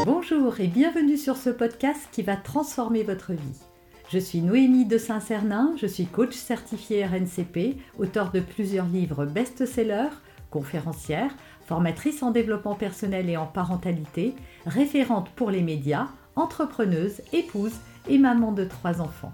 Bonjour et bienvenue sur ce podcast qui va transformer votre vie. Je suis Noémie de Saint-Cernin, je suis coach certifiée RNCP, auteure de plusieurs livres best-sellers, conférencière, formatrice en développement personnel et en parentalité, référente pour les médias, entrepreneuse, épouse et maman de 3 enfants.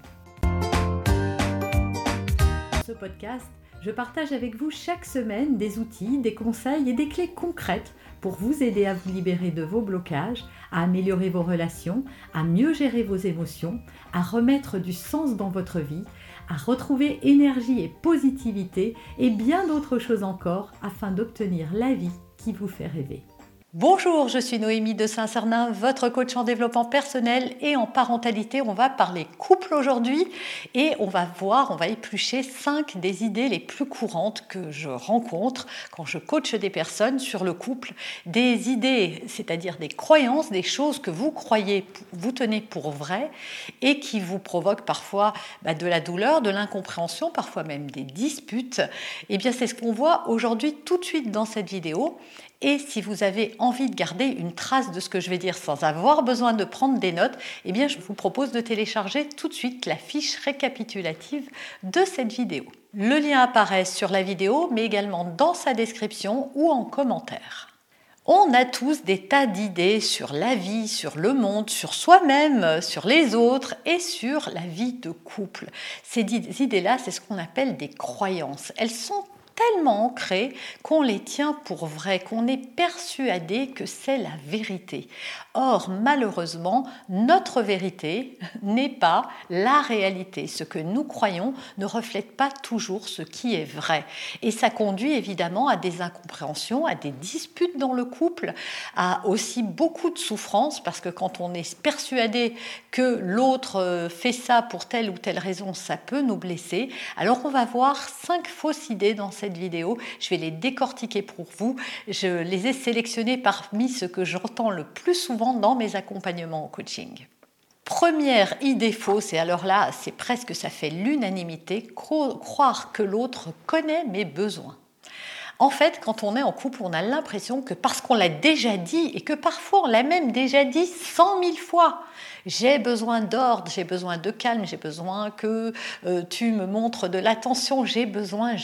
Dans ce podcast, je partage avec vous chaque semaine des outils, des conseils et des clés concrètes pour vous aider à vous libérer de vos blocages, à améliorer vos relations, à mieux gérer vos émotions, à remettre du sens dans votre vie, à retrouver énergie et positivité et bien d'autres choses encore afin d'obtenir la vie qui vous fait rêver. Bonjour, je suis Noémie de Saint-Cernin, votre coach en développement personnel et en parentalité. On va parler couple aujourd'hui et on va éplucher 5 des idées les plus courantes que je rencontre quand je coache des personnes sur le couple. Des idées, c'est-à-dire des croyances, des choses que vous croyez, vous tenez pour vraies et qui vous provoquent parfois de la douleur, de l'incompréhension, parfois même des disputes. Eh bien, c'est ce qu'on voit aujourd'hui tout de suite dans cette vidéo. Et si vous avez envie de garder une trace de ce que je vais dire sans avoir besoin de prendre des notes, eh bien je vous propose de télécharger tout de suite la fiche récapitulative de cette vidéo. Le lien apparaît sur la vidéo, mais également dans sa description ou en commentaire. On a tous des tas d'idées sur la vie, sur le monde, sur soi-même, sur les autres et sur la vie de couple. Ces idées-là, c'est ce qu'on appelle des croyances. Elles sont tellement ancrées qu'on les tient pour vraies, qu'on est persuadé que c'est la vérité. Or, malheureusement, notre vérité n'est pas la réalité. Ce que nous croyons ne reflète pas toujours ce qui est vrai. Et ça conduit évidemment à des incompréhensions, à des disputes dans le couple, à aussi beaucoup de souffrance, parce que quand on est persuadé que l'autre fait ça pour telle ou telle raison, ça peut nous blesser. Alors, on va voir 5 fausses idées dans cette vidéo. Je vais les décortiquer pour vous. Je les ai sélectionnées parmi ce que j'entends le plus souvent dans mes accompagnements en coaching. Première idée fausse, et alors là, c'est presque, ça fait l'unanimité, croire que l'autre connaît mes besoins. En fait, quand on est en couple, on a l'impression que parce qu'on l'a déjà dit, et que parfois on l'a même déjà dit 100 000 fois, j'ai besoin d'ordre, j'ai besoin de calme, j'ai besoin que tu me montres de l'attention, j'ai besoin,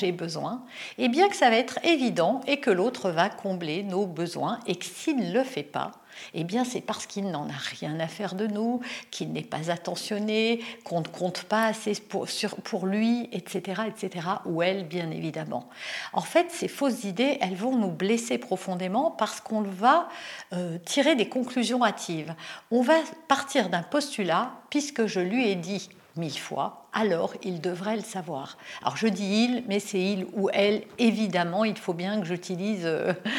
et bien que ça va être évident et que l'autre va combler nos besoins et que s'il ne le fait pas, eh bien c'est parce qu'il n'en a rien à faire de nous, qu'il n'est pas attentionné, qu'on ne compte pas assez pour lui, etc., ou elle, bien évidemment. En fait, ces fausses idées, elles vont nous blesser profondément parce qu'on va tirer des conclusions hâtives. On va partir d'un postulat, puisque je lui ai dit 1000 fois, alors il devrait le savoir. Alors je dis il, mais c'est il ou elle, évidemment, il faut bien que j'utilise,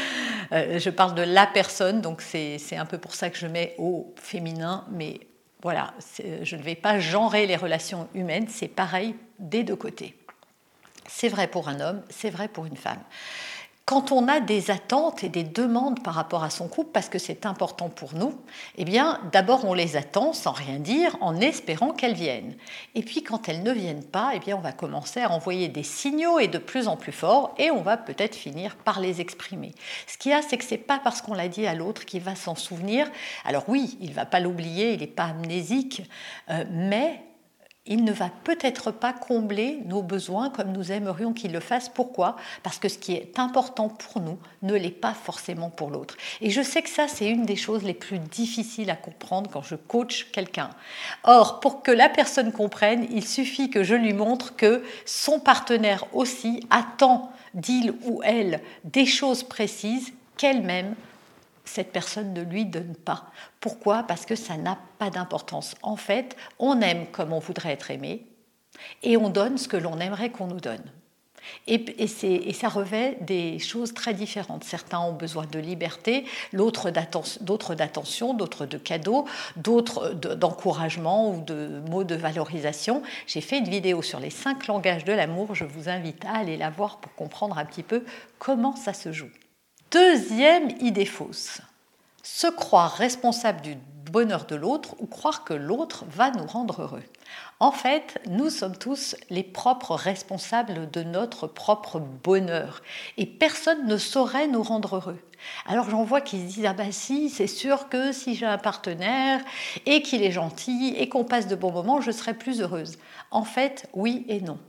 je parle de la personne, donc c'est un peu pour ça que je mets au féminin, mais voilà, je ne vais pas genrer les relations humaines, c'est pareil des deux côtés. C'est vrai pour un homme, c'est vrai pour une femme. Quand on a des attentes et des demandes par rapport à son couple, parce que c'est important pour nous, eh bien, d'abord on les attend sans rien dire, en espérant qu'elles viennent. Et puis quand elles ne viennent pas, eh bien, on va commencer à envoyer des signaux et de plus en plus forts, et on va peut-être finir par les exprimer. Ce qu'il y a, c'est que c'est pas parce qu'on l'a dit à l'autre qu'il va s'en souvenir. Alors oui, il ne va pas l'oublier, il n'est pas amnésique, mais il ne va peut-être pas combler nos besoins comme nous aimerions qu'il le fasse. Pourquoi ? Parce que ce qui est important pour nous ne l'est pas forcément pour l'autre. Et je sais que ça, c'est une des choses les plus difficiles à comprendre quand je coach quelqu'un. Or, pour que la personne comprenne, il suffit que je lui montre que son partenaire aussi attend d'il ou elle des choses précises qu'elle-même, cette personne ne lui donne pas. Pourquoi ? Parce que ça n'a pas d'importance. En fait, on aime comme on voudrait être aimé et on donne ce que l'on aimerait qu'on nous donne. Et ça revêt des choses très différentes. Certains ont besoin de liberté, d'autres d'attention, d'autres de cadeaux, d'autres d'encouragement ou de mots de valorisation. J'ai fait une vidéo sur les 5 langages de l'amour. Je vous invite à aller la voir pour comprendre un petit peu comment ça se joue. Deuxième idée fausse, se croire responsable du bonheur de l'autre ou croire que l'autre va nous rendre heureux. En fait, nous sommes tous les propres responsables de notre propre bonheur et personne ne saurait nous rendre heureux. Alors j'en vois qui se disent « Ah ben si, c'est sûr que si j'ai un partenaire et qu'il est gentil et qu'on passe de bons moments, je serai plus heureuse. » En fait, oui et non.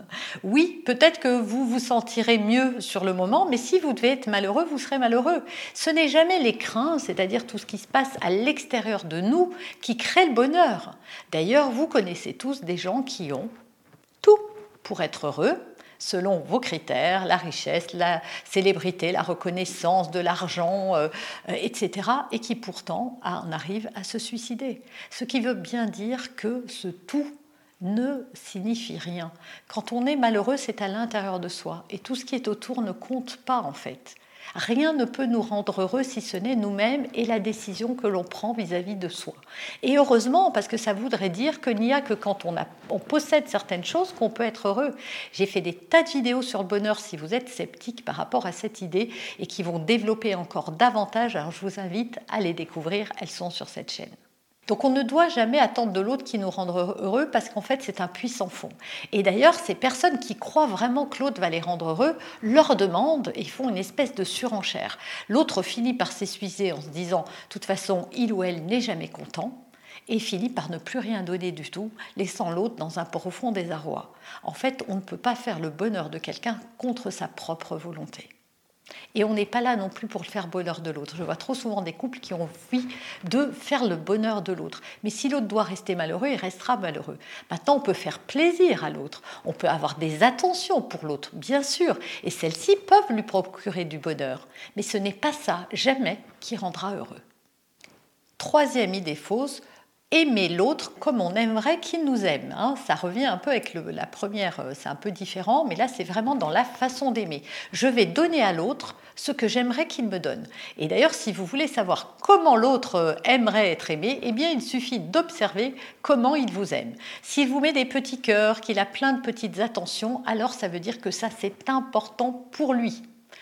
Oui, peut-être que vous vous sentirez mieux sur le moment, mais si vous devez être malheureux, vous serez malheureux. Ce n'est jamais l'écrin, c'est-à-dire tout ce qui se passe à l'extérieur de nous, qui crée le bonheur. D'ailleurs, vous connaissez tous des gens qui ont tout pour être heureux, selon vos critères, la richesse, la célébrité, la reconnaissance, de l'argent, etc., et qui pourtant en arrivent à se suicider. Ce qui veut bien dire que ce tout ne signifie rien. Quand on est malheureux, c'est à l'intérieur de soi. Et tout ce qui est autour ne compte pas, en fait. Rien ne peut nous rendre heureux si ce n'est nous-mêmes et la décision que l'on prend vis-à-vis de soi. Et heureusement, parce que ça voudrait dire qu'il n'y a que quand on possède certaines choses qu'on peut être heureux. J'ai fait des tas de vidéos sur le bonheur si vous êtes sceptique par rapport à cette idée et qui vont développer encore davantage. Alors je vous invite à les découvrir, elles sont sur cette chaîne. Donc on ne doit jamais attendre de l'autre qui nous rende heureux parce qu'en fait c'est un puits sans fond. Et d'ailleurs ces personnes qui croient vraiment que l'autre va les rendre heureux leur demandent et font une espèce de surenchère. L'autre finit par s'essuiser en se disant de toute façon il ou elle n'est jamais content et finit par ne plus rien donner du tout, laissant l'autre dans un profond désarroi. En fait on ne peut pas faire le bonheur de quelqu'un contre sa propre volonté. Et on n'est pas là non plus pour faire le bonheur de l'autre. Je vois trop souvent des couples qui ont envie de faire le bonheur de l'autre. Mais si l'autre doit rester malheureux, il restera malheureux. Maintenant, on peut faire plaisir à l'autre. On peut avoir des attentions pour l'autre, bien sûr. Et celles-ci peuvent lui procurer du bonheur. Mais ce n'est pas ça, jamais, qui rendra heureux. Troisième idée fausse, aimer l'autre comme on aimerait qu'il nous aime. Ça revient un peu avec la première, c'est un peu différent, mais là c'est vraiment dans la façon d'aimer. Je vais donner à l'autre ce que j'aimerais qu'il me donne. Et d'ailleurs, si vous voulez savoir comment l'autre aimerait être aimé, eh bien il suffit d'observer comment il vous aime. S'il vous met des petits cœurs, qu'il a plein de petites attentions, alors ça veut dire que ça c'est important pour lui.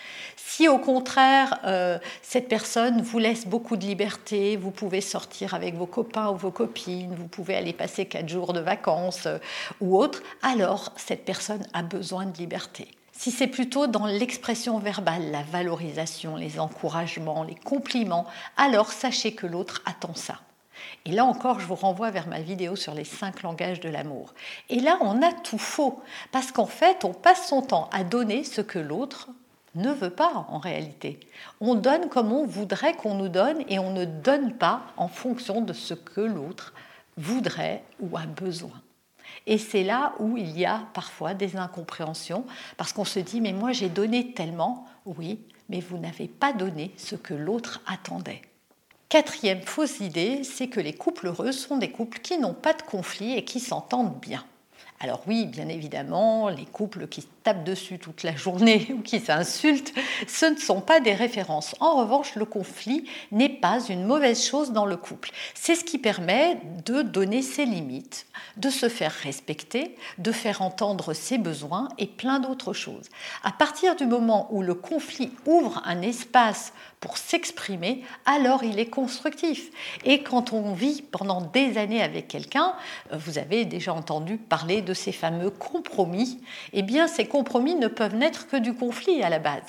Si au contraire, cette personne vous laisse beaucoup de liberté, vous pouvez sortir avec vos copains ou vos copines, vous pouvez aller passer 4 jours de vacances ou autre, alors cette personne a besoin de liberté. Si c'est plutôt dans l'expression verbale, la valorisation, les encouragements, les compliments, alors sachez que l'autre attend ça. Et là encore, je vous renvoie vers ma vidéo sur les 5 langages de l'amour. Et là, on a tout faux, parce qu'en fait, on passe son temps à donner ce que l'autre ne veut pas en réalité. On donne comme on voudrait qu'on nous donne et on ne donne pas en fonction de ce que l'autre voudrait ou a besoin. Et c'est là où il y a parfois des incompréhensions parce qu'on se dit « mais moi j'ai donné tellement ». Oui, mais vous n'avez pas donné ce que l'autre attendait. Quatrième fausse idée, c'est que les couples heureux sont des couples qui n'ont pas de conflit et qui s'entendent bien. Alors oui, bien évidemment, les couples qui se tapent dessus toute la journée ou qui s'insultent, ce ne sont pas des références. En revanche, le conflit n'est pas une mauvaise chose dans le couple. C'est ce qui permet de donner ses limites, de se faire respecter, de faire entendre ses besoins et plein d'autres choses. À partir du moment où le conflit ouvre un espace pour s'exprimer, alors il est constructif. Et quand on vit pendant des années avec quelqu'un, vous avez déjà entendu parler de ces fameux compromis, eh bien ces compromis ne peuvent naître que du conflit à la base.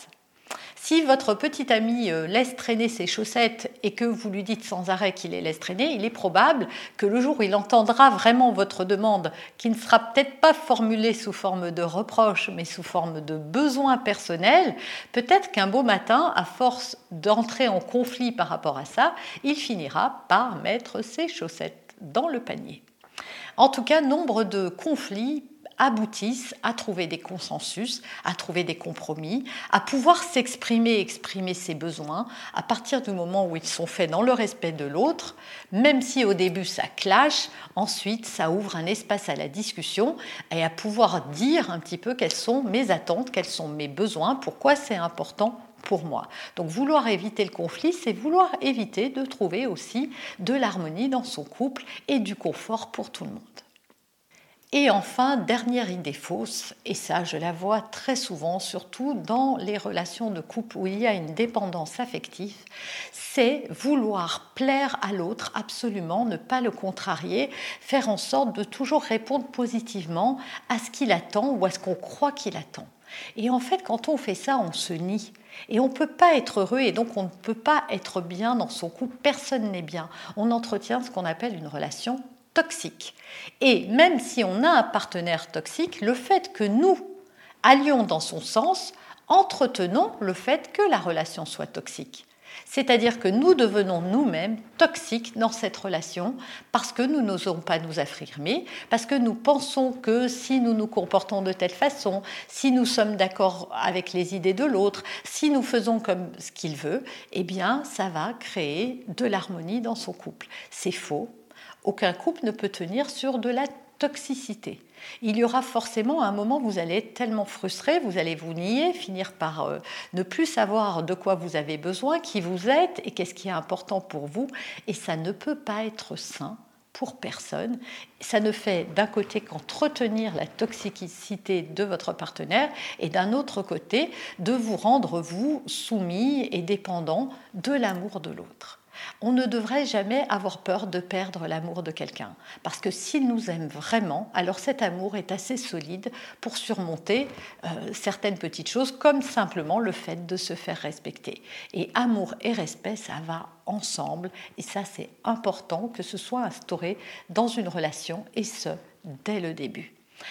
Si votre petit ami laisse traîner ses chaussettes et que vous lui dites sans arrêt qu'il les laisse traîner, il est probable que le jour où il entendra vraiment votre demande, qui ne sera peut-être pas formulée sous forme de reproche, mais sous forme de besoin personnel, peut-être qu'un beau matin, à force d'entrer en conflit par rapport à ça, il finira par mettre ses chaussettes dans le panier. En tout cas, nombre de conflits aboutissent à trouver des consensus, à trouver des compromis, à pouvoir exprimer ses besoins à partir du moment où ils sont faits dans le respect de l'autre, même si au début ça clash, ensuite ça ouvre un espace à la discussion et à pouvoir dire un petit peu quelles sont mes attentes, quels sont mes besoins, pourquoi c'est important pour moi. Donc vouloir éviter le conflit, c'est vouloir éviter de trouver aussi de l'harmonie dans son couple et du confort pour tout le monde. Et enfin, dernière idée fausse, et ça je la vois très souvent, surtout dans les relations de couple où il y a une dépendance affective, c'est vouloir plaire à l'autre absolument, ne pas le contrarier, faire en sorte de toujours répondre positivement à ce qu'il attend ou à ce qu'on croit qu'il attend. Et en fait, quand on fait ça, on se nie. Et on ne peut pas être heureux et donc on ne peut pas être bien dans son couple. Personne n'est bien. On entretient ce qu'on appelle une relation toxique. Et même si on a un partenaire toxique, le fait que nous allions dans son sens, entretenons le fait que la relation soit toxique. C'est-à-dire que nous devenons nous-mêmes toxiques dans cette relation parce que nous n'osons pas nous affirmer, parce que nous pensons que si nous nous comportons de telle façon, si nous sommes d'accord avec les idées de l'autre, si nous faisons comme ce qu'il veut, eh bien, ça va créer de l'harmonie dans son couple. C'est faux. Aucun couple ne peut tenir sur de la toxicité. Il y aura forcément un moment où vous allez être tellement frustré, vous allez vous nier, finir par ne plus savoir de quoi vous avez besoin, qui vous êtes et qu'est-ce qui est important pour vous. Et ça ne peut pas être sain pour personne. Ça ne fait d'un côté qu'entretenir la toxicité de votre partenaire et d'un autre côté de vous rendre, vous, soumis et dépendant de l'amour de l'autre. On ne devrait jamais avoir peur de perdre l'amour de quelqu'un, parce que s'il nous aime vraiment, alors cet amour est assez solide pour surmonter certaines petites choses, comme simplement le fait de se faire respecter. Et amour et respect, ça va ensemble, et ça c'est important que ce soit instauré dans une relation, et ce, dès le début.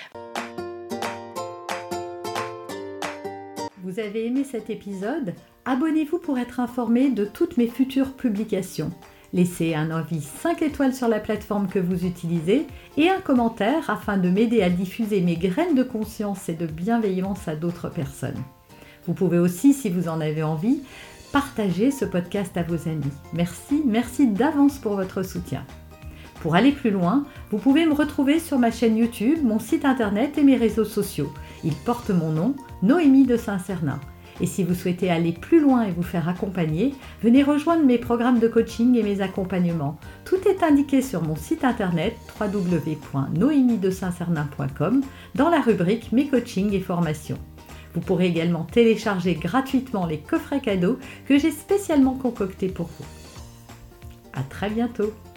Vous avez aimé cet épisode ? Abonnez-vous pour être informé de toutes mes futures publications. Laissez un avis 5 étoiles sur la plateforme que vous utilisez et un commentaire afin de m'aider à diffuser mes graines de conscience et de bienveillance à d'autres personnes. Vous pouvez aussi, si vous en avez envie, partager ce podcast à vos amis. Merci d'avance pour votre soutien. Pour aller plus loin, vous pouvez me retrouver sur ma chaîne YouTube, mon site internet et mes réseaux sociaux. Ils portent mon nom, Noémie de Saint-Cernin. Et si vous souhaitez aller plus loin et vous faire accompagner, venez rejoindre mes programmes de coaching et mes accompagnements. Tout est indiqué sur mon site internet www.noemidesintcernin.com dans la rubrique Mes coachings et formations. Vous pourrez également télécharger gratuitement les coffrets cadeaux que j'ai spécialement concoctés pour vous. À très bientôt.